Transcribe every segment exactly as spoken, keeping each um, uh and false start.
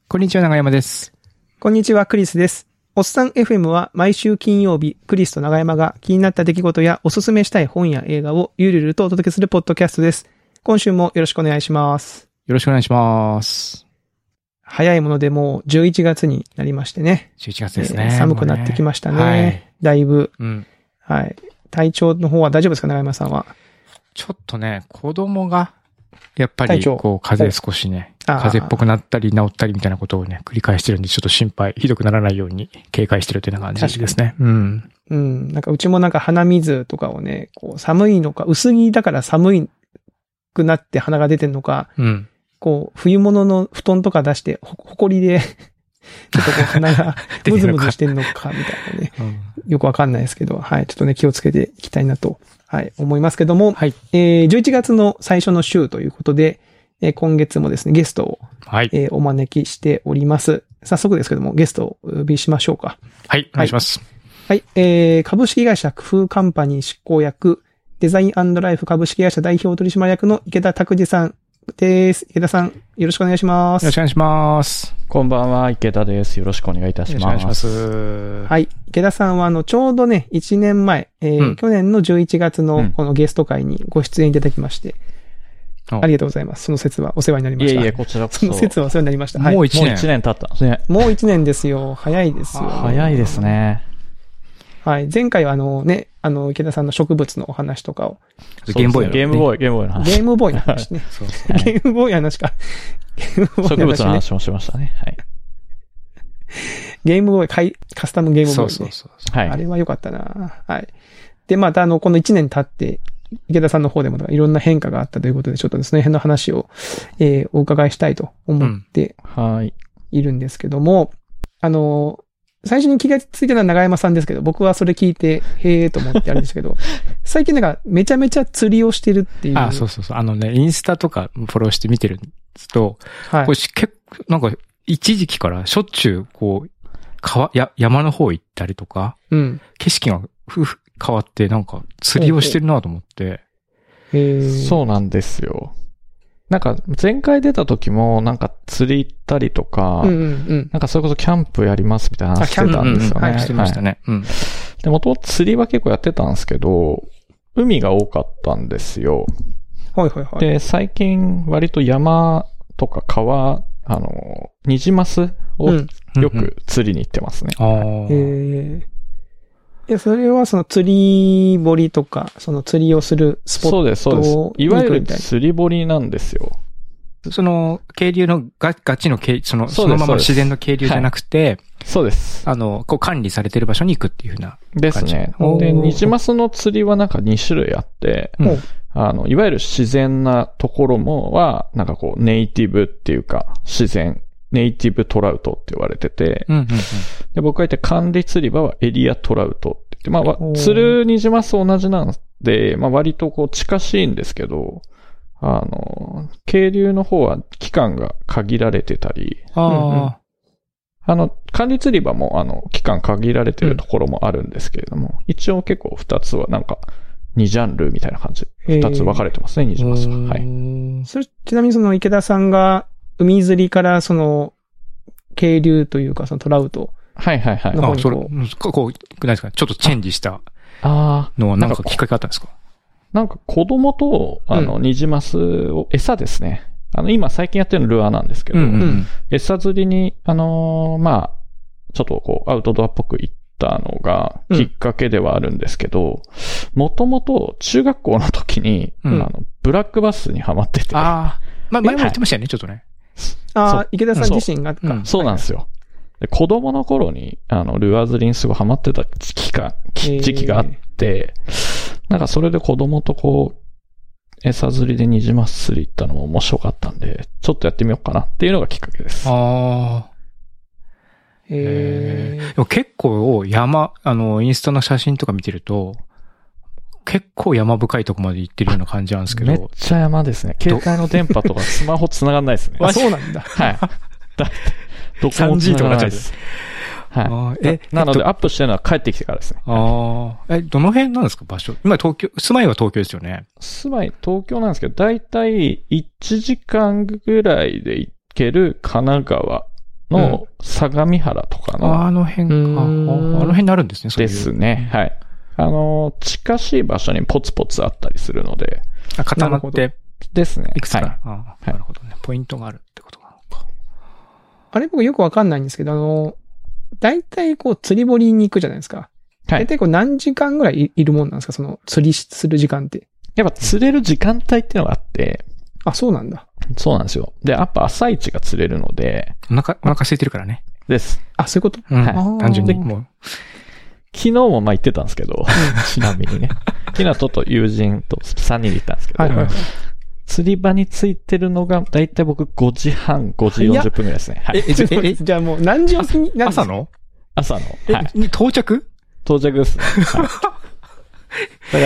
こんにちは、長山です。 こんにちは、クリスです。おっさん エフエム は毎週金曜日、クリスと長山が気になった出来事やおすすめしたい本や映画をゆるゆるとお届けするポッドキャストです。今週もよろしくお願いします。 よろしくお願いします。 早いものでもうじゅういちがつになりましてね。 じゅういちがつですね。 えー、寒くなってきましたね。 はい、 だいぶ、 うん。 はい。体調の方は大丈夫ですか、長山さんは。 ちょっとね、子供が、やっぱり、こう、風邪少しね、風邪っぽくなったり治ったりみたいなことをね、繰り返してるんで、ちょっと心配、ひどくならないように警戒してるというような感じですね。うん。 うん。なんかうちもなんか鼻水とかをね、こう、寒いのか、薄着だから寒いくなって鼻が出てんのか、 うん。 こう、冬物の布団とか出して、ほ、ほこりで、ちょっとこう鼻がムズムズしてんのか、みたいなね、うん。よくわかんないですけど、はい。ちょっとね、気をつけていきたいなと。はい、思いますけども、 はい。 えー、じゅういちがつの最初の週ということで、えー、今月もですね、ゲストを、 はい。 えー、お招きしております。早速ですけども、ゲストをお呼びしましょうか。 はい、お願いします。 はい、はい、えー、株式会社工夫カンパニー執行役、デザイン&ライフ株式会社代表取締役の池田拓司さんです。池田さん、よろしくお願いします。 よろしくお願いします。 こんばんは、池田です。よろしくお願いいたします。よろしくお願いします。 はい。池田さんは、あの、ちょうどね、いちねんまえ、えーうん、去年のじゅういちがつのこのゲスト会にご出演いただきまして、うん、ありがとうございます。その説はお世話になりました。 いえいえ、こちらこそ。 その説はお世話になりました。 もういちねん。 もういちねん経ったんですね。 もういちねんですよ。早いですよ。 早いですね。 はい。前回はあのね、あの、池田さんの植物のお話とかを。 ゲームボーイ、 ね、ゲームボーイ、ゲームボーイの話。 ゲームボーイの話ね。そうそうゲームボーイの話か。 ゲームボーイの話、ね。植物の話もしましたね。はい。 ゲームボーイ、カスタムゲームボーイ、ね。 そうそうそう。 はい。あれは良かったな。はい。で、またあの、このいちねん経って、池田さんの方でもいろんな変化があったということで、ちょっとその辺の話を、えー、お伺いしたいと思っているんですけども、うん、あの、最初に気がついたのは長山さんですけど、僕はそれ聞いて、へーと思ってあるんですけど、最近なんかめちゃめちゃ釣りをしてるっていう。 あ、そうそうそう。あのね、インスタとかフォローして見てるんですと、はい。これ結構、なんか一時期からしょっちゅう、こう、川、や、山の方行ったりとか、 うん。 景色がふふ変わって、なんか釣りをしてるなと思って。 へー。そうなんですよ。なんか前回出た時もなんか釣り行ったりとか、 うんうんうん、 なんかそれこそキャンプやりますみたいな話してたんですよね。 はい、してましたね。うん。 で、元々釣りは結構やってたんですけど、海が多かったんですよ。 はいはいはい。 で、最近割と山とか川、あの、ニジマスをよく釣りに行ってますね。 うんうんうん、 はい、 あー。いや、それはその釣り堀とか、その釣りをするスポット。 そうです、そうです。いわゆる釣り堀なんですよ。 その、渓流のガガチの渓、その、そのまま自然の渓流じゃなくて、 はい、そうです。 あの、こう管理されてる場所に行くっていうふうな感じ。 ですね。で、ニジマスの釣りはなんかに種類あって、うん、あの、いわゆる自然なところもは、なんかこう、ネイティブっていうか、自然。ネイティブトラウトって言われてて、 うんうんうん、 で僕が言って管理釣り場はエリアトラウトって言って、まあ、釣るニジマス同じなんで、まあ割とこう近しいんですけど、あの、渓流の方は期間が限られてたり、 あ、うんうん、 あの、管理釣り場もあの、期間限られてるところもあるんですけれども、うん、一応結構二つはなんか、にジャンルみたいな感じ。二つ分かれてますね、ニジマスは。はい。 それ、ちなみにその池田さんが、海釣りからその、渓流というかそのトラウト。 はいはいはい。 あ、 それ、こう、こう、ないですかちょっとチェンジしたのはなんかきっかけあったんですか？ なんか子供と、あの、ニジマスを、餌ですね。あの、今最近やってるのルアーなんですけど、 うんうん、 餌釣りに、あのー、まあ、ちょっとこう、アウトドアっぽく行ったのがきっかけではあるんですけど、もともと中学校の時に、うん、あの、ブラックバスにハマってて。 ああ。まあ、前も言ってましたよね、はい、ちょっとね。 ああ、池田さん自身がか、 うん、そうなんですよ。で子供の頃に、あの、ルアー釣りにすごいハマってた時期が、時期があって、なんかそれで子供とこう、餌釣りでニジマス釣り行ったのも面白かったんで、ちょっとやってみようかなっていうのがきっかけです。 ああ。へえ。でも結構山、あの、インスタの写真とか見てると、結構山深いとこまで行ってるような感じなんですけど。 めっちゃ山ですね。携帯の電波とかスマホ繋がんないですね。 あ、そうなんだ。 はい。だどこも スリージー とかなっちゃうです。 はい。え、なのでアップしてるのは帰ってきてからですね。 ああ。え、どの辺なんですか場所？今東京、住まいは東京ですよね。 住まい東京なんですけど、だいたいいちじかんぐらいで行ける神奈川の相模原とかの。 うん、あの辺か。あの辺になるんですね、 そういう。ですね。はい。あの、近しい場所にポツポツあったりするので。 あ、固まって。 ですね。 いくつか。はい、 あなるほどね。ポイントがあるってことなのか。 あれ僕よくわかんないんですけど、あの、大体こう釣り堀に行くじゃないですか。はい。大体こう何時間ぐらいいるもんなんですか、その釣りする時間って。 やっぱ釣れる時間帯っていうのがあって。 あ、そうなんだ。 そうなんですよ。で、やっぱ朝一が釣れるので。 お腹、お腹空いてるからね。 です。 あ、そういうこと、 うん、はい。単純に。もう昨日もまあ行ってたんですけど、ちなみにね。昨日はちょっと友人とさんにんで行ったんですけど、はいはいはい、釣り場に着いてるのが、だいたい僕ごじはん、ごじよんじゅっぷんぐらいですね。はい。 え、え、え、じゃあもう何時起きに、 朝の朝の。 はい。到着到着ですね。はい、だから、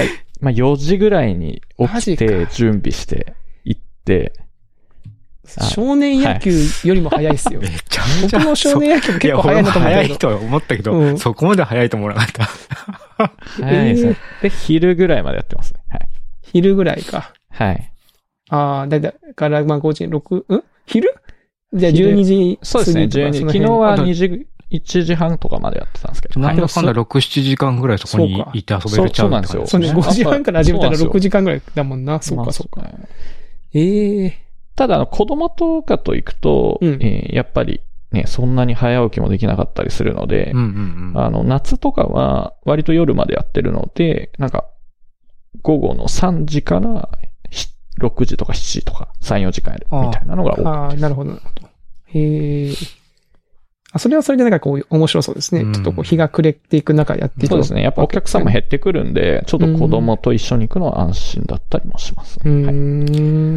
まあよじぐらいに起きて、準備して行って、 少年野球よりも早いっすよ。 めちゃめちゃ。 僕も少年野球結構早いなと思ったけど。 早いとは思ったけど、うん、そこまで早いと思わなかった。 早いですね。で、昼ぐらいまでやってますね。はい。 昼ぐらいか。 はい。 ああ、だいたいから、まあごじ、ろく、ん昼じゃあじゅうにじ。 そうですね、じゅうにじ。昨日はにじ、いちじはんとかまでやってたんですけど。 なんだかんだろく、しちじかんぐらいそこにいて遊べるちゃう。 そうなんですよ。 そうね、ごじはんから始めたらろくじかんぐらいだもんな。そうか、そうか。ええ。 ただ、子供とかと行くと、うん、えー、やっぱりね、そんなに早起きもできなかったりするので、 うんうんうん、 あの、夏とかは割と夜までやってるので、なんか、午後のさんじからろくじとかしちじとかさん、よじかんやるみたいなのが多い。 ああ、なるほど、なるほど。へえ。あ、それはそれでなんかこう面白そうですね。うん、ちょっとこう日が暮れていく中やっていく。 そうですね。やっぱお客さんも減ってくるんで、ちょっと子供と一緒に行くのは安心だったりもしますね。 うん。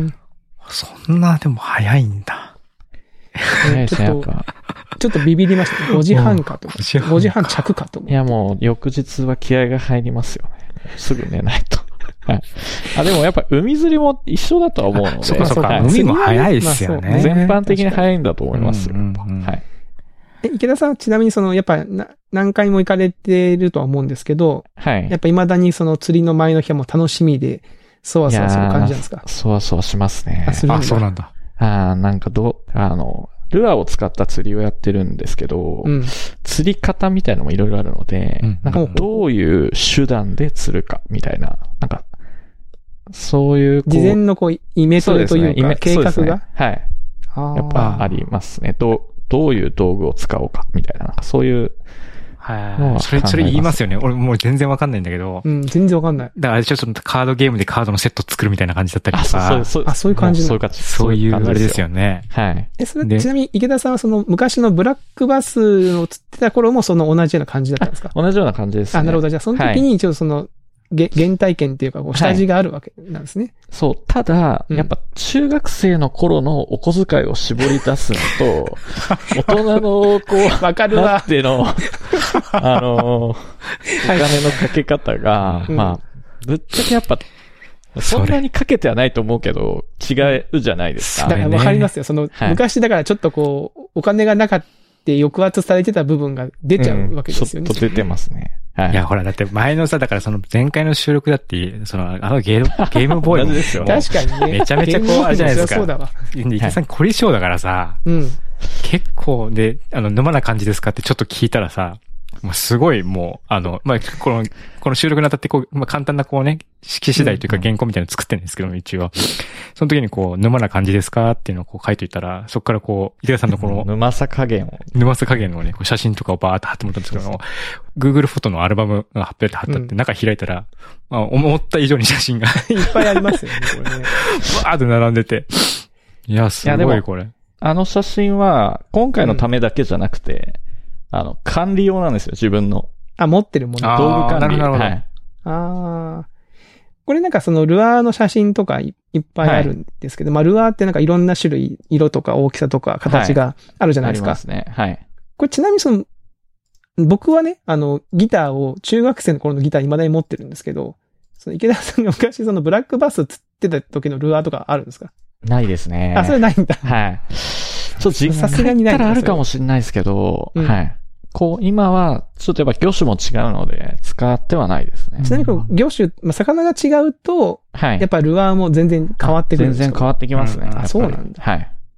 はいそんな、でも早いんだ。 早いですね、やっぱ。 ちょっとビビりましたね。ごじはんかと。ごじはん着かと。 いや、もう、翌日は気合が入りますよね。すぐ寝ないと。はい。あ、でもやっぱ海釣りも一緒だとは思うので。 そうかそうか。海も早いですよね。 全般的に早いんだと思いますよ。はい。 え、池田さんはちなみにその、やっぱな、何回も行かれてるとは思うんですけど、 はい。 やっぱ未だにその釣りの前の日はもう楽しみで、そわそわする感じなんですか？ そわそわしますね。 あ、するんだ。 あ、そうなんだ。 ああ、なんかどう、あの、ルアーを使った釣りをやってるんですけど、うん、釣り方みたいなのもいろいろあるので、うん、なんかどういう手段で釣るかみたいな、なんか、そういうこう。 事前のこう、イメトレというか、ね、計画が、ね、 はい。やっぱありますね。どう、どういう道具を使おうかみたいな、なんかそういう、 はい。それ、それ言いますよね。俺もう全然わかんないんだけど。 うん、全然わかんない。 だからちょっとカードゲームでカードのセット作るみたいな感じだったりとか。 あ、そうそうあ、そういう感じそういう感じ。 そういうあれですよね。 はい。 え、それちなみに池田さんはその昔のブラックバスを釣ってた頃もその同じような感じだったんですか？ 同じような感じですね。 あ、なるほど。じゃあその時にちょっとその、げ原体験っていうか、こう下地があるわけなんですね。はい、 そう。ただ、やっぱ中学生の頃のお小遣いを絞り出すのと、大人のこう、 わかるわ。 っての、あの、お金のかけ方が、まあ、ぶっちゃけやっぱ、そんなにかけてはないと思うけど、違うじゃないですか。 だからわかりますよ。その、はい、昔だからちょっとこう、お金がなかった。で抑圧されてた部分が出ちゃうわけですよね。 うん、ちょっと出てますね。 はい。いや、ほら、だって前のさ、だからその前回の収録だって、その、あのゲーム、ゲームボーイですよ。 確かにね。 めちゃめちゃこう、あれじゃないですか。 そうだわ。 池田さん凝り性だからさ、 うん。 結構で、あの、沼な感じですかってちょっと聞いたらさ、まあ、すごいもう、あの、まあ、この、この収録にあたってこう、まあ、簡単なこうね、式次第というか原稿みたいなの作ってるんですけども、一応。その時にこう、沼な感じですかっていうのをこう書いていたら、そこからこう、池田さんのこの、 沼さ加減を。 沼さ加減のね、こう写真とかをバーって貼ってもらったんですけども、Google フォトのアルバムが発表で貼ったって、中開いたら、まあ、思った以上に写真がいっぱいありますよね、これね。 バーって並んでて。いや、すごいこれ。 あの写真は、今回のためだけじゃなくて、うん、あの、管理用なんですよ、自分の。 あ、持ってるもの。 道具管理。 なるほど。 はい。 ああ。これなんかそのルアーの写真とか い, いっぱいあるんですけど、はい、まあルアーってなんかいろんな種類、色とか大きさとか形があるじゃないですか。 はい、ありますね。はい。これちなみにその、僕はね、あの、ギターを中学生の頃のギター未だに持ってるんですけど、その池田さんが昔そのブラックバス釣ってた時のルアーとかあるんですか？ ないですね。 あ、それないんだ。 はい。ちょっとさすがにない。たらあるかもしれないですけど、うん、はい。こう、今は、ちょっとやっぱ魚種も違うので、使ってはないですね。 ちなみにこの魚種、まあ、魚が違うと、はい。やっぱルアーも全然変わってくるんですか？ 全然変わってきますね。 うん、あ、そうなんだ。 はい。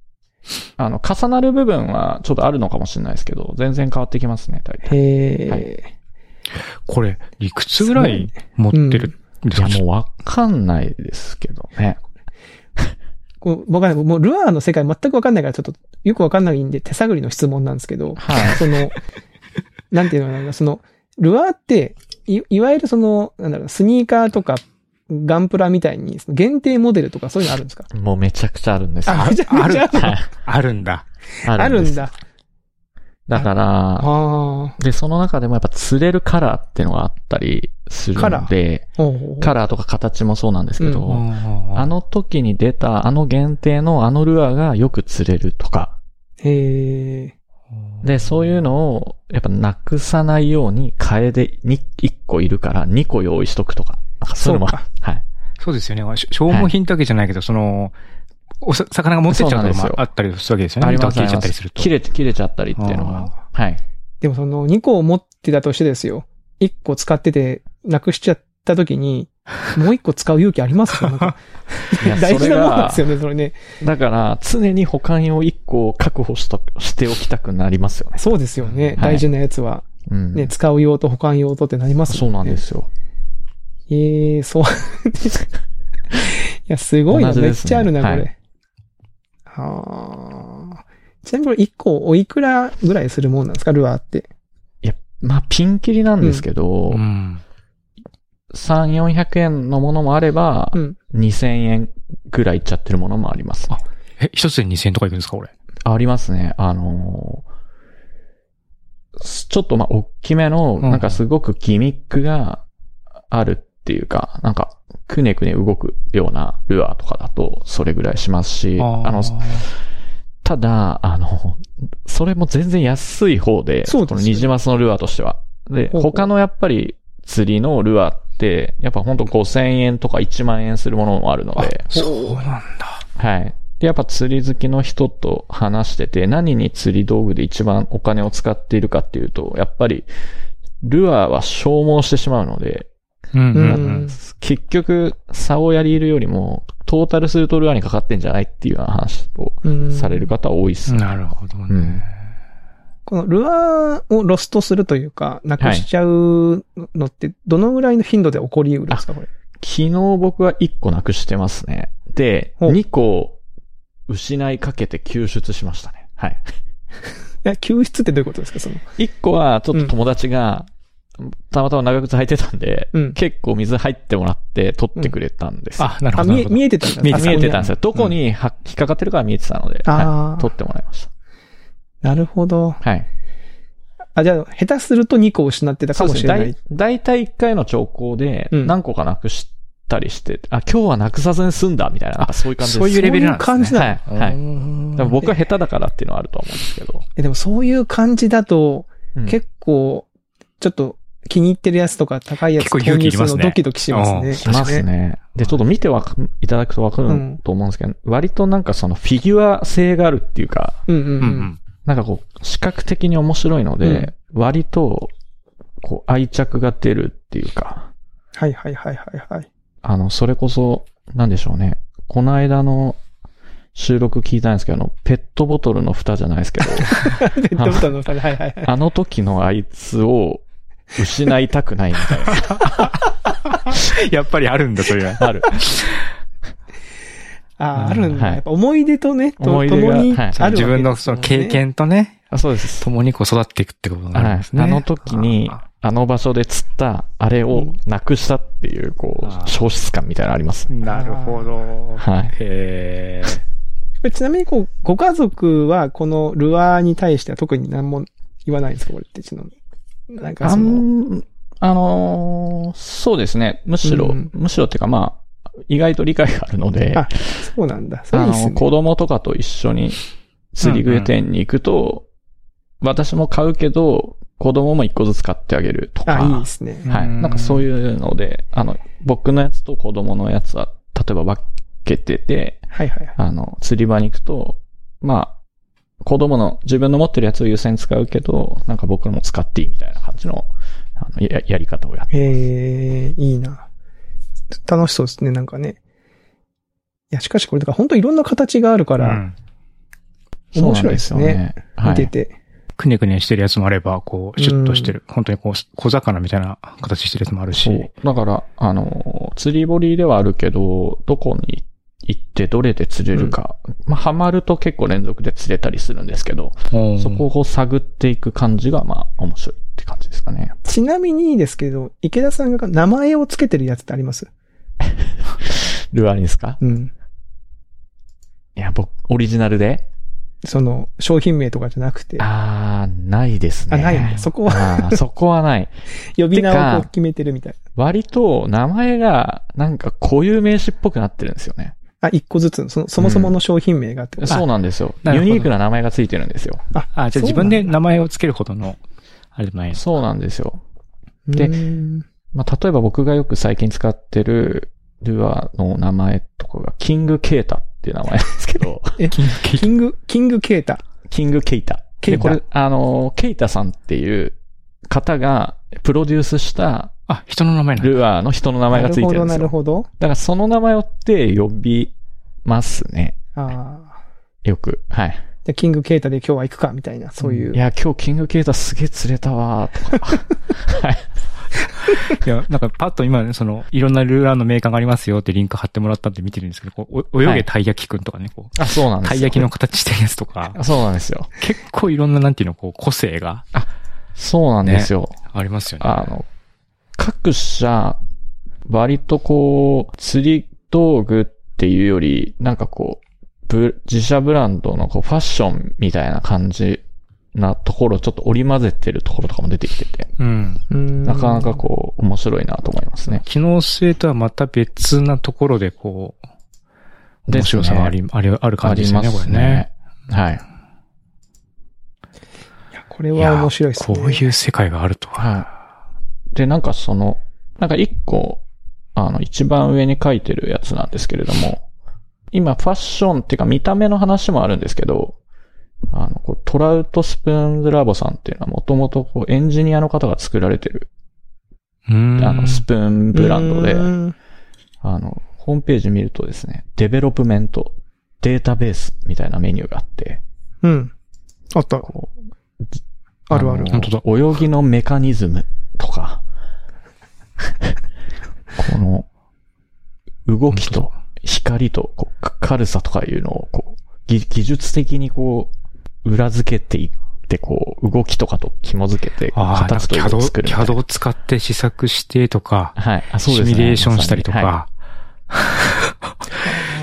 あの、重なる部分はちょっとあるのかもしれないですけど、全然変わってきますね、大体。 へー。はい、 これ、いくつぐらい持ってるんですか？ いや、もうわかんないですけどね。 こう僕はもうルアーの世界全くわかんないからちょっとよくわかんないんで手探りの質問なんですけど、はい、その、なんていうのかな、その、ルアーって、い、いわゆるその、なんだろう、スニーカーとか、ガンプラみたいに、限定モデルとかそういうのあるんですか？ もうめちゃくちゃあるんですよ。 あ、めちゃくちゃある。 あるんだ。 あるんだ。 だから、で、その中でもやっぱ釣れるカラーっていうのがあったりするんで、カラー、カラーとか形もそうなんですけど、うん、あの時に出たあの限定のあのルアーがよく釣れるとか。 へー。 で、そういうのをやっぱなくさないように替えでいっこいるからにこ用意しとくとか。なんかそういうのも、はい。 そうですよね。消耗品だけじゃないけど、はい、その、おさ、魚が持ってっちゃうこともあったりするわけですよね。 あります。 切れちゃったりすると。 切れ、切れちゃったりっていうのは。はい。 でもそのにこを持ってたとしてですよ。いっこ使ってて、なくしちゃった時に、もういっこ使う勇気ありますか？なんか大事なもんなんですよね、それね。 だから、常に保管用いっこを確保しと、しておきたくなりますよね。 そうですよね。はい、大事なやつは。うん、ね、使う用と保管用とってなりますよね。 そうなんですよ。 ええー、そう。いや、すごいな。ね、めっちゃあるな、これ。はい、はあ。ちなみにこれいっこおいくらぐらいするもんなんですか、ルアーって。 いや、まあ、ピンキリなんですけど、うん、さん、よんひゃくえんのものもあれば、うん、にせんえんぐらいいっちゃってるものもあります、ね。あ、 え、一つでにせんえんとかいくんですか、これ。 ありますね。あのー、ちょっとまあ、大きめの、なんかすごくギミックがあるっていうか、うん、なんか、くねくね動くようなルアーとかだと、それぐらいしますし、あ, あの、ただ、あの、それも全然安い方で、そうですね、このニジマスのルアーとしては。で、ほうほう他のやっぱり釣りのルアーって、やっぱほんとごせんえんとかいちまんえんするものもあるので。 そうなんだ。 はい。で、やっぱ釣り好きの人と話してて、何に釣り道具で一番お金を使っているかっていうと、やっぱり、ルアーは消耗してしまうので、うんうんうん、結局、竿やりいるよりも、トータルするとルアーにかかってんじゃないっていうような話をされる方多いですね。 なるほどね、うん。 このルアーをロストするというか、なくしちゃうのって、どのぐらいの頻度で起こりうるんですか、これ。 昨日僕はいっこなくしてますね。で、にこ失いかけて救出しましたね。はい。 いや、救出ってどういうことですか、その。 いっこはちょっと友達が、うん、たまたま長靴履いてたんで、うん、結構水入ってもらって取ってくれたんです。 うん、あ、なるほど。見え、見えてたんです見え見えてたんですよ。どこに引っかかってるかは見えてたので、うんはい、取ってもらいました。 なるほど。 はい。 あ、じゃあ、下手するとにこ失ってたかもしれない。 だいたいいっかいの兆候で何個かなくしたりして、うん、あ、今日はなくさずに済んだみたいな、なんかそういう感じです。 そういうレベルなんですね。 そういう感じだ。 はい。はい。でも僕は下手だからっていうのはあると思うんですけど。 え、でもそういう感じだと、うん、結構、ちょっと、気に入ってるやつとか高いやつ投入するのドキドキしますね。 しますね。で、ちょっと見てわいただくとわかると思うんですけど、うん、割となんかそのフィギュア性があるっていうか、 うんうんうん、 なんかこう、視覚的に面白いので、うん、割と、こう、愛着が出るっていうか。 はいはいはいはいはい。 あの、それこそ、なんでしょうね。この間の収録聞いたんですけど、あの、ペットボトルの蓋じゃないですけど。 ペットボトルの蓋ね、はいはいはい。 あの時のあいつを、失いたくないみたいな。 やっぱりあるんだ、それが。 ある。 ああ、あるんだ。はい、やっぱ思い出とね、と共にある、 はい、自分のその経験とね、 あそうです。 共にこう育っていくってことなんですね。 はい、あの時に、あの場所で釣った、あれをなくしたっていう、こう、消失感みたいなのあります。 なるほど。 はい。 へー。 これちなみに、こう、ご家族は、このルアーに対しては特に何も言わないんですか、これって、ちなみに。なんかその、 あ、あのー、そうですね。むしろ、うん、むしろっていうかまあ、意外と理解があるので。 あ、そうなんだ。そうですね。 あの、子供とかと一緒に釣り具屋店に行くと、うんうん、私も買うけど、子供も一個ずつ買ってあげるとか。 あ、いいですね。 はい。なんかそういうので、あの、僕のやつと子供のやつは、例えば分けてて、 はいはい。 あの、釣り場に行くと、まあ、子供の自分の持ってるやつを優先使うけど、なんか僕も使っていいみたいな感じの、あの や, やり方をやってます。 へー、いいな。楽しそうですね、なんかね。いや、しかしこれだから本当いろんな形があるから、うん、 面白いですね。ね見てて。はいくねくねしてるやつもあれば、こう、シュッとしてる。うん、本当にこう、小魚みたいな形してるやつもあるし。 だから、あの、釣り堀ではあるけど、どこに行ってどれで釣れるか。うん、まあ、ハマると結構連続で釣れたりするんですけど、そこを探っていく感じが、まあ、面白いって感じですかね。 ちなみにですけど、池田さんが名前をつけてるやつってあります？ ルアーにですか？ うん。 いや、僕、オリジナルでその、商品名とかじゃなくて。 あー、ないですね。 あ、ないんだ。そこは。 あそこはない。 呼び名を決めてるみたいな。 割と、名前が、なんか固有名詞っぽくなってるんですよね。 あ、一個ずつ、その、そもそもの商品名があって、 うん、そうなんですよ。ユニークな名前がついてるんですよ。 あ、あじゃあ自分で名前をつけるほどの、あれでもない。 そうなんですよ。で、まあ、例えば僕がよく最近使ってるルアーの名前とかが、キングケータっていう名前なんですけど。 え、キング、キングケータ。 キングケイタ。 ケイタ。 で、これ、あの、ケイタさんっていう方がプロデュースした、 あ、人の名前なんだ。 ルアーの人の名前がついてるんですよ。 なるほど、なるほど。 だからその名前をって呼びますね。 ああ。 よく。はい。 じゃキングケイタで今日は行くかみたいな、そういう。 いや、今日キングケイタすげえ釣れたわーとか。はい。 いや、なんかパッと今ね、その、いろんなルアーのメーカーがありますよってリンク貼ってもらったんで見てるんですけど、こう、泳げたい焼きくんとかね、こう。 あ、そうなんですよ。 たい焼きの形してるやつとか。 そうなんですよ。 結構いろんななんていうの、こう、個性が。 あ、そうなんですよ。 ね、ありますよね。 あの、各社、割とこう、釣り道具っていうより、なんかこう、ブ自社ブランドのこうファッションみたいな感じなところちょっと織り交ぜてるところとかも出てきてて、 うん、 なかなかこう面白いなと思いますね。 機能性とはまた別なところでこう、面白さがあり、ね、あり、ある感じですよね、これね。 はい。いや、これは面白いですね。 こういう世界があるとは。 はい。で、なんかその、なんか一個、あの、一番上に書いてるやつなんですけれども、今、ファッションっていうか見た目の話もあるんですけど、あの、こうトラウトスプーンズラボさんっていうのはもともとこうエンジニアの方が作られてる、 うーんあの、スプーンブランドで、あの、ホームページ見るとですね、デベロップメント、データベースみたいなメニューがあって、 うん。あった。こうあるある。 本当だ。泳ぎのメカニズムとか、この、動きと、光とこう軽さとかいうのをこう技術的にこう裏付けていってこう動きとかと紐付けて形というのを作るみたいな。 キャド を使って試作してとか、 はい、あ、そうですね。 シミュレーションしたりとか。はい、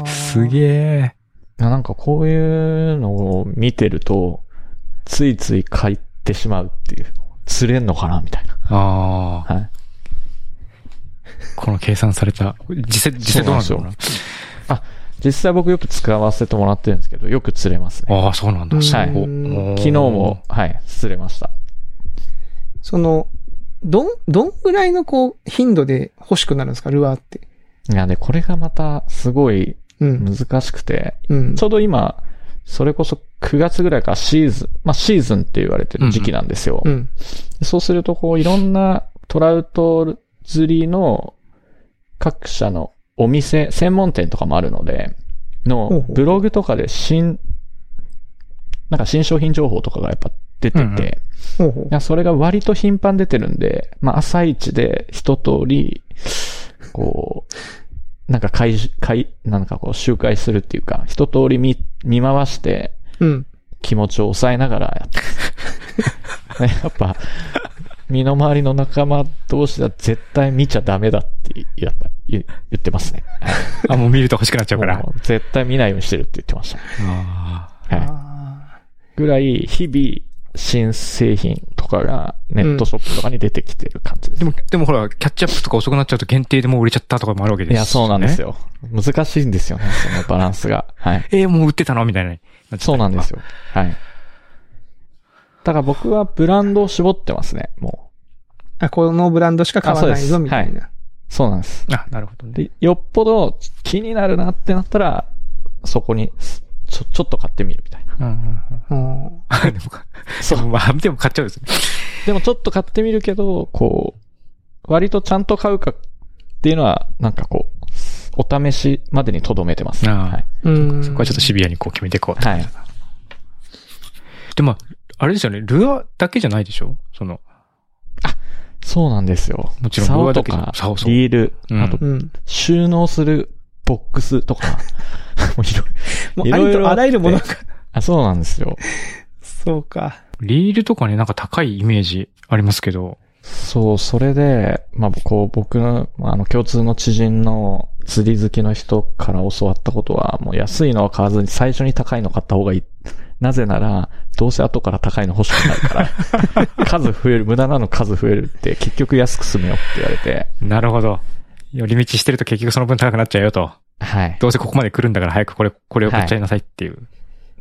すげえ。 なんかこういうのを見てるとついつい買ってしまうっていう。釣れんのかなみたいな。 ああ。 はい。 この計算された、実際、実際どうなんですか？ あ、実際僕よく使わせてもらってるんですけど、よく釣れますね。 ああ、そうなんだ。 はい。昨日も、はい、釣れました。 その、どん、どんぐらいのこう、頻度で欲しくなるんですか、ルアーって。 いや、で、これがまた、すごい、難しくて、うん、ちょうど今、それこそくがつぐらいからシーズン、まあシーズンって言われてる時期なんですよ。 うんうん、 そうすると、こう、いろんなトラウト釣りの各社のお店、専門店とかもあるので、のブログとかで新、なんか新商品情報とかがやっぱ出てて、 うんうん、 いやそれが割と頻繁出てるんで、まあ朝一で一通り、こう、なんか回、回、なんかこう周回するっていうか、一通り見、見回して、気持ちを抑えながらやってます、ね。やっぱ、身の回りの仲間同士では絶対見ちゃダメだって、やっぱ言ってますね。 あ、もう見ると欲しくなっちゃうから。 絶対見ないようにしてるって言ってました。 あはい。ぐらい、日々、新製品とかがネットショップとかに出てきてる感じです、 うん。でも、でもほら、キャッチアップとか遅くなっちゃうと限定でもう売れちゃったとかもあるわけです、ね。 いや、そうなんですよ。難しいんですよね、そのバランスが。はい。 えー、もう売ってたのみたいな。 そうなんですよ。はい。だから僕はブランドを絞ってますね、もう。あ、このブランドしか買わないぞ、みたいな。 はい。そうなんです。 あ、なるほどね。 で、よっぽど気になるなってなったら、そこに、ちょ、ちょっと買ってみるみたいな。 うんうんうん。でも、そう、まあ、でも買っちゃうんですね。 でもちょっと買ってみるけど、こう、割とちゃんと買うかっていうのは、なんかこう、お試しまでに留めてます。 ああ、 はい。 うん。そこはちょっとシビアにこう決めていこうと。 はい。 でも、あれですよね、ルアーだけじゃないでしょその。 あ、そうなんですよ。 もちろんルアーだけじゃない。 竿とか、リール、うん、あと、うん、収納するボックスとか、もういろいろ。 もうありとあらゆるものが。 あ、そうなんですよ。 そうか。 リールとかね、なんか高いイメージありますけど。 そう、それで、まあ、こう、僕の、あの、共通の知人の釣り好きの人から教わったことは、もう安いのは買わずに最初に高いの買った方がいい。なぜなら、どうせ後から高いの欲しくないから、数増える、無駄なの数増えるって、結局安く済めよって言われて。 なるほど。寄り道してると結局その分高くなっちゃうよと。 はい。 どうせここまで来るんだから早くこれ、これを買っちゃいなさいっていう。はい、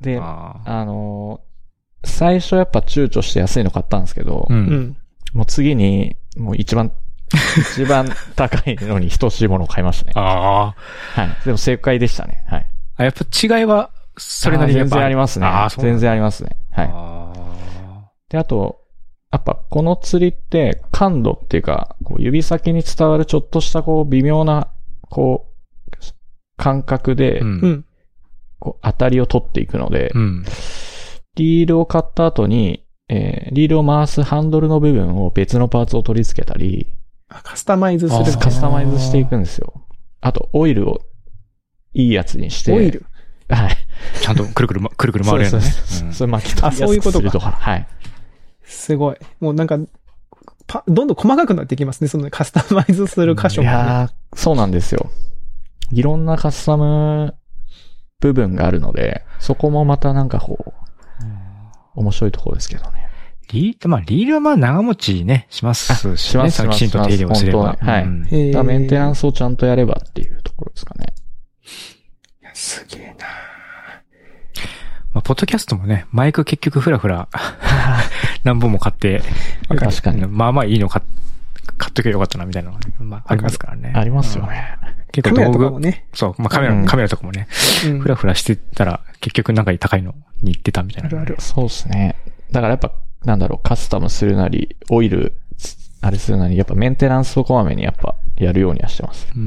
で、あ, あのー、最初やっぱ躊躇して安いの買ったんですけど、うん、もう次に、もう一番、一番高いのに等しいものを買いましたね。 ああ。はい。でも正解でしたね。はい。 あ、やっぱ違いは、それなりにやっぱ全然ありますね。あ全然ありますね。はい。あで、あと、やっぱこの釣りって感度っていうか、こう指先に伝わるちょっとしたこう微妙な、こう、感覚で、うん、こう当たりを取っていくので、うん、リールを買った後に、えー、リールを回すハンドルの部分を別のパーツを取り付けたり、 カスタマイズする。 カスタマイズしていくんですよ。あと、オイルをいいやつにして。 オイルはい。 ちゃんとくるくる、くるくる回るやつね。 そう、うん、それ巻き取りやすくするとか。あ、そういうことか。はい。 すごい。もうなんか、パ、どんどん細かくなってきますね。そのカスタマイズする箇所が、ね。いやー、そうなんですよ。いろんなカスタム部分があるので、そこもまたなんかこう、うん、面白いところですけどね。 リール、まあ、リールはまあ長持ちね、しますし、ね。 します。 きちんと手入れをすれば。 はい。うん、メンテナンスをちゃんとやればっていうところですかね。 いや、すげえなまあ、ポッドキャストもね、マイク結局フラフラ何本も買って、 確かに。 まあまあいいの買っとけばよかったなみたいなのが、まあありますからね。 ありますよね。 結構道具。カメラとかもね。 そう、まあカメラ、うん、カメラとかもね、うん、フラフラしてたら結局なんか高いのに行ってたみたいな、ね。 あるある。 そうですね。だからやっぱ、なんだろう、カスタムするなり、オイル、あれするなり、やっぱメンテナンスをこまめにやっぱやるようにはしてます。 うん。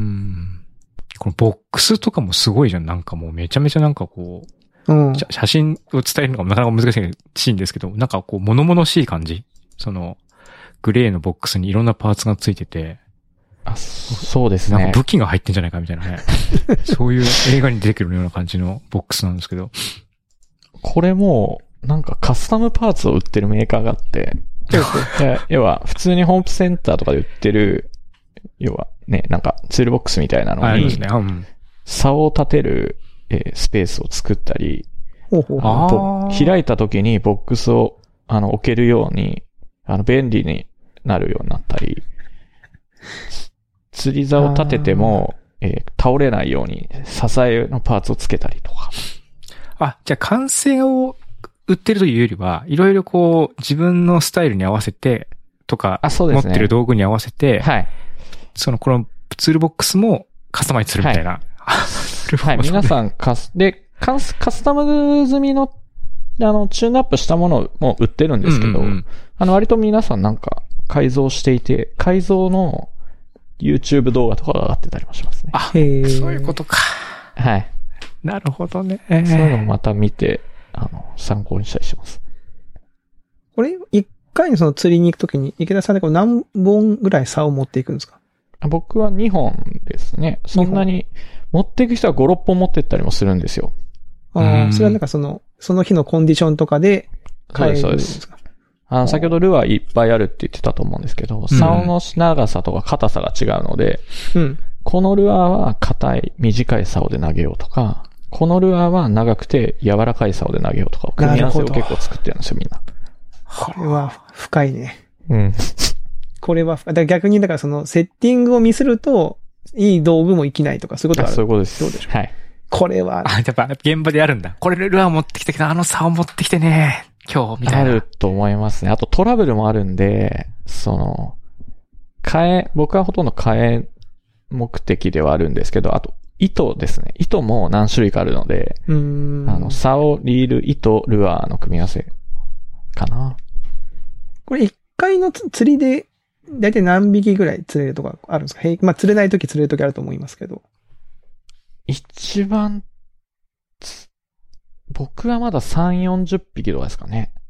このボックスとかもすごいじゃん。なんかもうめちゃめちゃなんかこう、うん、写真を伝えるのがなかなか難しいんですけど、なんかこう物々しい感じ。その、グレーのボックスにいろんなパーツがついてて。 あ、そうですね。 なんか武器が入ってんじゃないかみたいなね。そういう映画に出てくるような感じのボックスなんですけど。 これも、なんかカスタムパーツを売ってるメーカーがあって、要は普通にホームセンターとかで売ってる、要はね、なんかツールボックスみたいなのに、ねうん、竿を立てる、えー、スペースを作ったり、 ほうほうほう開いた時にボックスをあの置けるように、あの便利になるようになったり、釣り竿を立てても、えー、倒れないように支えのパーツをつけたりとか。 あ、じゃあ完成を売ってるというよりは、いろいろこう自分のスタイルに合わせてとか、あ、そうですね、持ってる道具に合わせて、はい。そのこのツールボックスもカスタマイズするみたいな。 はいはい、皆さんカス、で、カス、カスタム済みの、あの、チューンアップしたものも売ってるんですけど、うんうんうん、あの、割と皆さんなんか改造していて、改造の YouTube 動画とかが上がってたりもしますね。 あ、そういうことか。 はい。 なるほどね。 そういうのもまた見て、あの、参考にしたりします。 これ、一回にその釣りに行くときに、池田さんでこう何本ぐらい竿を持っていくんですか？ 僕はにほんですね。そんなに、持っていく人はご、ろっぽん持ってったりもするんですよ。 ああ、それはなんかその、その日のコンディションとかで変えるんですか？ あの、先ほどルアーいっぱいあるって言ってたと思うんですけど、竿の長さとか硬さが違うので、うん、このルアーは硬い、短い竿で投げようとか、このルアーは長くて柔らかい竿で投げようとか、組み合わせを結構作ってるんですよ、みんな。 これは深いね。 うん。 これは、だ逆にだからそのセッティングをミスると、いい道具も生きないとか、そういうことがある。 そういうことです。 どうでしょう。 はい。 これは。 あ、やっぱ現場であるんだ。これルアー持ってきたけど、あの竿持ってきてね、今日、みたいな。 あると思いますね。あとトラブルもあるんで、その、替え、僕はほとんど替え目的ではあるんですけど、あと、糸ですね。糸も何種類かあるので、うーんあの、竿、リール、糸、ルアーの組み合わせかな。 これ一回の釣りで、だいたい何匹ぐらい釣れるとかあるんですか？まあ、釣れないとき釣れるときあると思いますけど。 一番、僕はまださん、よんじゅっぴきとかですかね。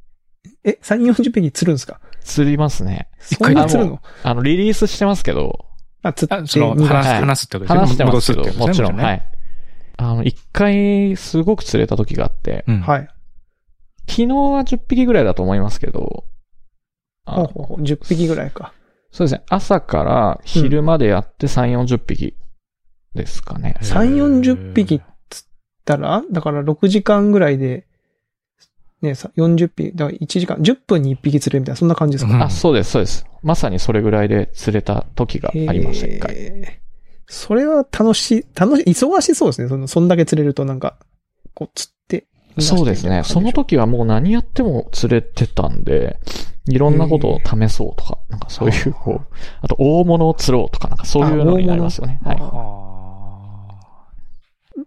え、さんじゅう、よんじゅっぴき釣るんですか？ 釣りますね。 一回で釣るの？ あの、リリースしてますけど。 あ、釣って、 その、話す、話すってことですね。 話してますけど、 もちろん、はい。あの、一回、すごく釣れた時があって、 うん、はい。 昨日はじゅっぴきぐらいだと思いますけど、 ほうほうほう、じゅっぴきぐらいか。 そうですね。朝から昼までやってさんじゅう、よんじゅっぴきですかね。 うん、さんじゅう、よんじゅっぴき釣ったら、だからろくじかんぐらいで、ね、よんじゅっぴき、だからいちじかん、じゅっぷんにいっぴき釣れるみたいな、そんな感じですか、 うん、あ、そうです、そうです。まさにそれぐらいで釣れた時がありました、一回。 それは楽しい、楽しい、忙しそうですね。その、そんだけ釣れるとなんか、こう釣って。 そうですね。その時はもう何やっても釣れてたんで、いろんなことを試そうとか、なんかそういう、こう、あと大物を釣ろうとか、なんかそういうのになりますよね。はい。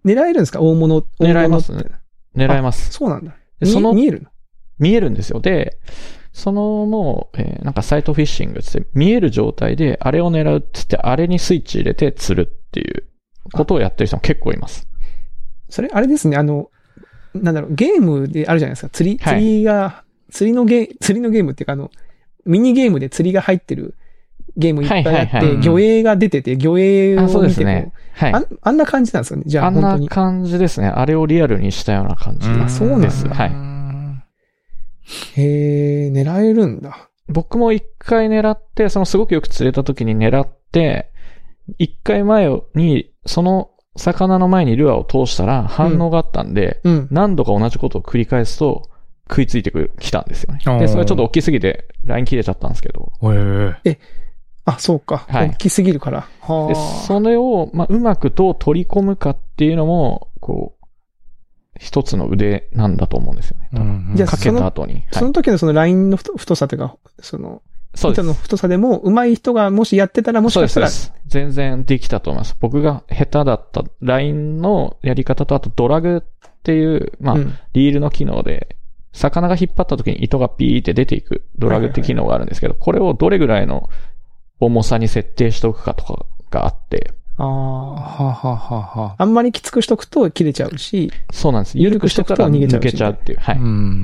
狙えるんですか？大物。 狙えますね。狙えます。 そうなんだ。 その見えるの？ 見えるんですよ。で、そのもう、えー、なんかサイトフィッシングって見える状態で、あれを狙うって言って、あれにスイッチ入れて釣るっていうことをやってる人も結構います。 それ、あれですね、あの、なんだろう、ゲームであるじゃないですか。釣り、釣りが、はい、釣りのゲー、釣りのゲームっていうか、あの、ミニゲームで釣りが入ってるゲームいっぱいあって、はいはいはい、魚影が出てて、魚影を見ても、あ、そうですね。はい。あ、あんな感じなんですかね、じゃあ、本当に。 あんな感じですね。あれをリアルにしたような感じです。あ、 そうなんです。 はい。 へー、狙えるんだ。 僕も一回狙って、そのすごくよく釣れた時に狙って、一回前に、その魚の前にルアーを通したら反応があったんで、うんうん、何度か同じことを繰り返すと食いついてくる、来たんですよね。で、それはちょっと大きすぎてライン切れちゃったんですけど。 へー。 え、あ、そうか。はい。大きすぎるから。 はで、それを、まあ、うまくどう取り込むかっていうのも、こう、一つの腕なんだと思うんですよね。うんうん、じゃあかけた後に。はい、 その時のそのラインの太さというか、その、糸の太さでも、上手い人がもしやってたらもしかしたら。 そうです。全然できたと思います。僕が下手だったラインのやり方と、あとドラグっていう、まあ、うん、リールの機能で、魚が引っ張った時に糸がピーって出ていくドラグって機能があるんですけど、これをどれぐらいの重さに設定しておくかとかがあって、 ああ、はははは。あんまりきつくしとくと切れちゃうし。 そうなんです。緩くしとくと逃げちゃう。抜けちゃうっていう。はい。うんうんうんうん、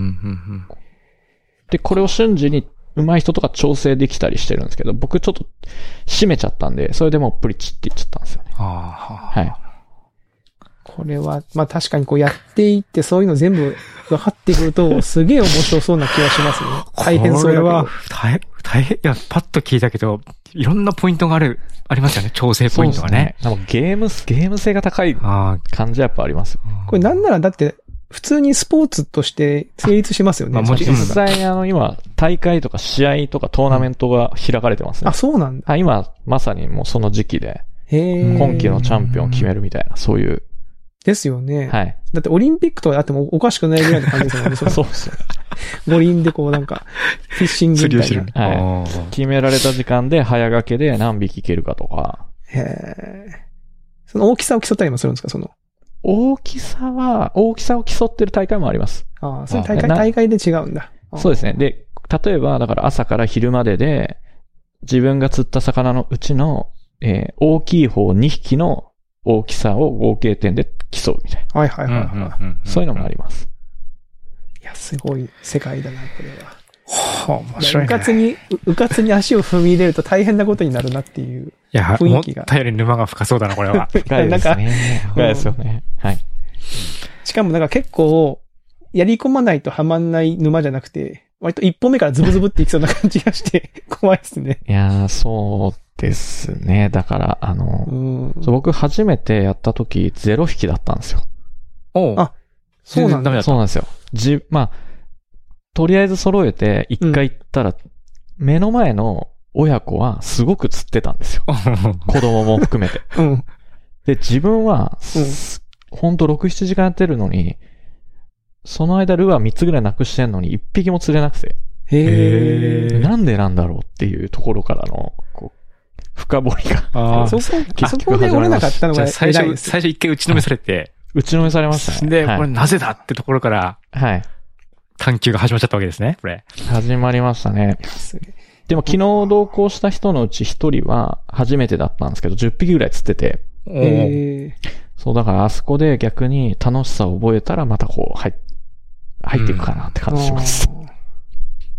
で、これを瞬時に上手い人とか調整できたりしてるんですけど、僕ちょっと締めちゃったんで、それでもうプリチっていっちゃったんですよね。あはい。 これは、まあ確かにこうやっていって、そういうの全部分かってくると、すげえ面白そうな気がしますね。大変そうだけど。これは、 大変、大変、いや、パッと聞いたけど、いろんなポイントがある、ありますよね。調整ポイントがね。 そうですね。ゲーム、ゲーム性が高い感じはやっぱありますよ。 これなんならだって、普通にスポーツとして成立しますよね。 まあ、もちろん。実際あの今、大会とか試合とかトーナメントが開かれてますね。 あ、そうなんだ。 あ、今、まさにもうその時期で、今季のチャンピオンを決めるみたいな、そういう。 ですよね。 はい。 だってオリンピックとかあってもおかしくないぐらいの感じですもんね。 そうですよ。 五輪でこうなんか、フィッシングみたいな。 はい。決められた時間で早掛けで何匹いけるかとか。 へえ。その大きさを競ったりもするんですか、その。 大きさは、大きさを競ってる大会もあります。 ああ、そういう大会、大会で違うんだ。 そうですね。で、例えば、だから朝から昼までで、自分が釣った魚のうちの、えー、大きい方にひきの大きさを合計点で競うみたいな。 はいはいはいはい。 そういうのもあります。 いや、すごい世界だな、これは。 はあ、面白いね。 うかつに、うかつに足を踏み入れると大変なことになるなっていう雰囲気が。いや、思ったより沼が深そうだな、これは。 深いですね。深いですよね。はい。 しかもなんか結構、やり込まないとはまんない沼じゃなくて、割と一歩目からズブズブっていきそうな感じがして、怖いですね。 いやー、そうですね。だから、あの、うん、僕初めてやった時、ゼロ匹だったんですよ。 おう。あ、そうなんだ。 そうなんですよ。じ、まあ、とりあえず揃えて一回行ったら、うん、目の前の親子はすごく釣ってたんですよ。子供も含めて。うん、で、自分は、うん、ほんとろく、ななじかんやってるのに、その間ルアーみっつぐらいなくしてんのにいっぴきも釣れなくて。 へー。 なんでなんだろうっていうところからの、こう、深掘りが。 ああ、そこ、そこで折れなかったのが最初、最初一回打ちのめされて。 打ちのめされましたね。 で、はい、これなぜだってところから、 はい。 探求が始まっちゃったわけですね、これ。 始まりましたね。でも昨日同行した人のうち一人は初めてだったんですけど、じゅっぴきぐらい釣ってて。 へー。 そう、だからあそこで逆に楽しさを覚えたらまたこう入、入っていくかなって感じします。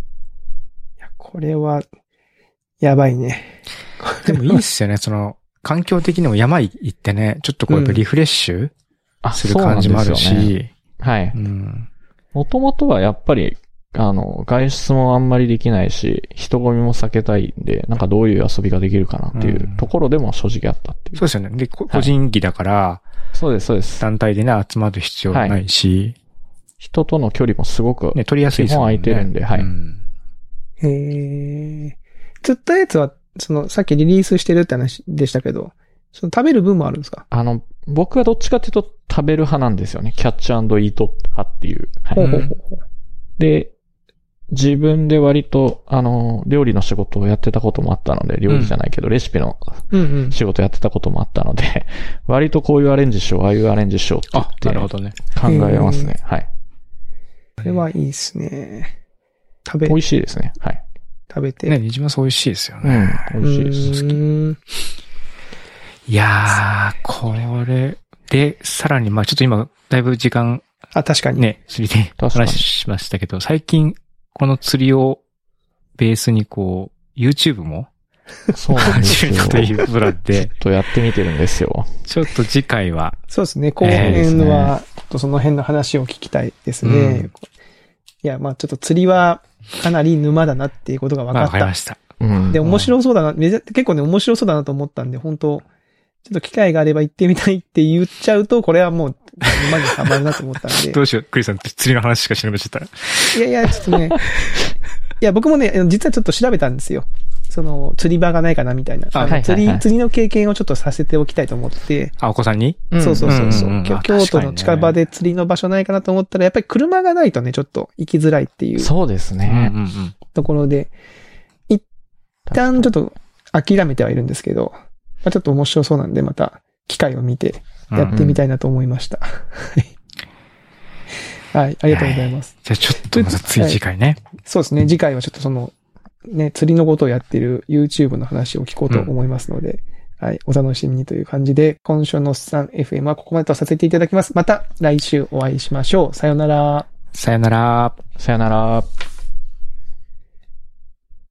これは、やばいね。 でもいいっすよね、その、環境的にも山行ってね、ちょっとこうやっぱリフレッシュする感じもあるし。うんね、 はい。もともとはやっぱり、あの、外出もあんまりできないし、人混みも避けたいんで、なんかどういう遊びができるかなっていうところでも正直あったっていう。 そうですよね。で、個人技だから、はい、 そうです、そうです。 団体でね、集まる必要ないし、はい、 人との距離もすごく、 ね、取りやすいですよね。 基本空いてるんで、はい。うん、 へー。釣ったやつは、その、さっきリリースしてるって話でしたけど、その食べる分もあるんですか？ あの、僕はどっちかっていうと食べる派なんですよね。キャッチ&イート派っていう。はい、ほうほうほう。で、自分で割と、あの、料理の仕事をやってたこともあったので、料理じゃないけど、うん、レシピの仕事やってたこともあったので、うんうん、割とこういうアレンジしよう、ああいうアレンジしようって言って、 なるほどね。 考えますね。はい。 これはいいですね。食べ、 美味しいですね。はい。 食べて。 ね、ニジマス美味しいですよね。 うん、美味しいです。好き。いやー、これで、さらに、まあちょっと今、だいぶ時間、 あ、確かに。 ね、釣りで話しましたけど、最近、この釣りをベースにこう、YouTube もそうなんですよ。 始めたというプランで。 ちょっとやってみてるんですよ。 ちょっと次回は。 そうですね。後編は、ちょっとその辺の話を聞きたいですね。うん、いや、まあちょっと釣りはかなり沼だなっていうことが分かった。 わかりました。 うん、で、面白そうだな、結構ね、面白そうだなと思ったんで、本当ちょっと機会があれば行ってみたいって言っちゃうと、これはもう、沼にハマるなと思ったんで。 どうしよう、クリスさん釣りの話しかしなくなっちゃったら。 いやいや、ちょっとね。いや、僕もね、実はちょっと調べたんですよ。その、釣り場がないかなみたいな。あ、はいはいはい、釣り、釣りの経験をちょっとさせておきたいと思って。 あ、お子さんに？ そうそうそうそう、うんうんうん。京都の近場で釣りの場所ないかなと思ったら、やっぱり車がないとね、ちょっと行きづらいっていう。 そうですね。 うんうんうん、ところで、一旦ちょっと諦めてはいるんですけど、まあ、ちょっと面白そうなんで、また機会を見てやってみたいなと思いました。うんうんはい、ありがとうございます。 じゃあちょっとまた次次回ね、はい。 そうですね。次回はちょっとその、ね、釣りのことをやっている YouTube の話を聞こうと思いますので、うん、はい、お楽しみにという感じで、今週のおっさん エフエム はここまでとさせていただきます。また来週お会いしましょう。さよなら。 さよなら。 さよなら。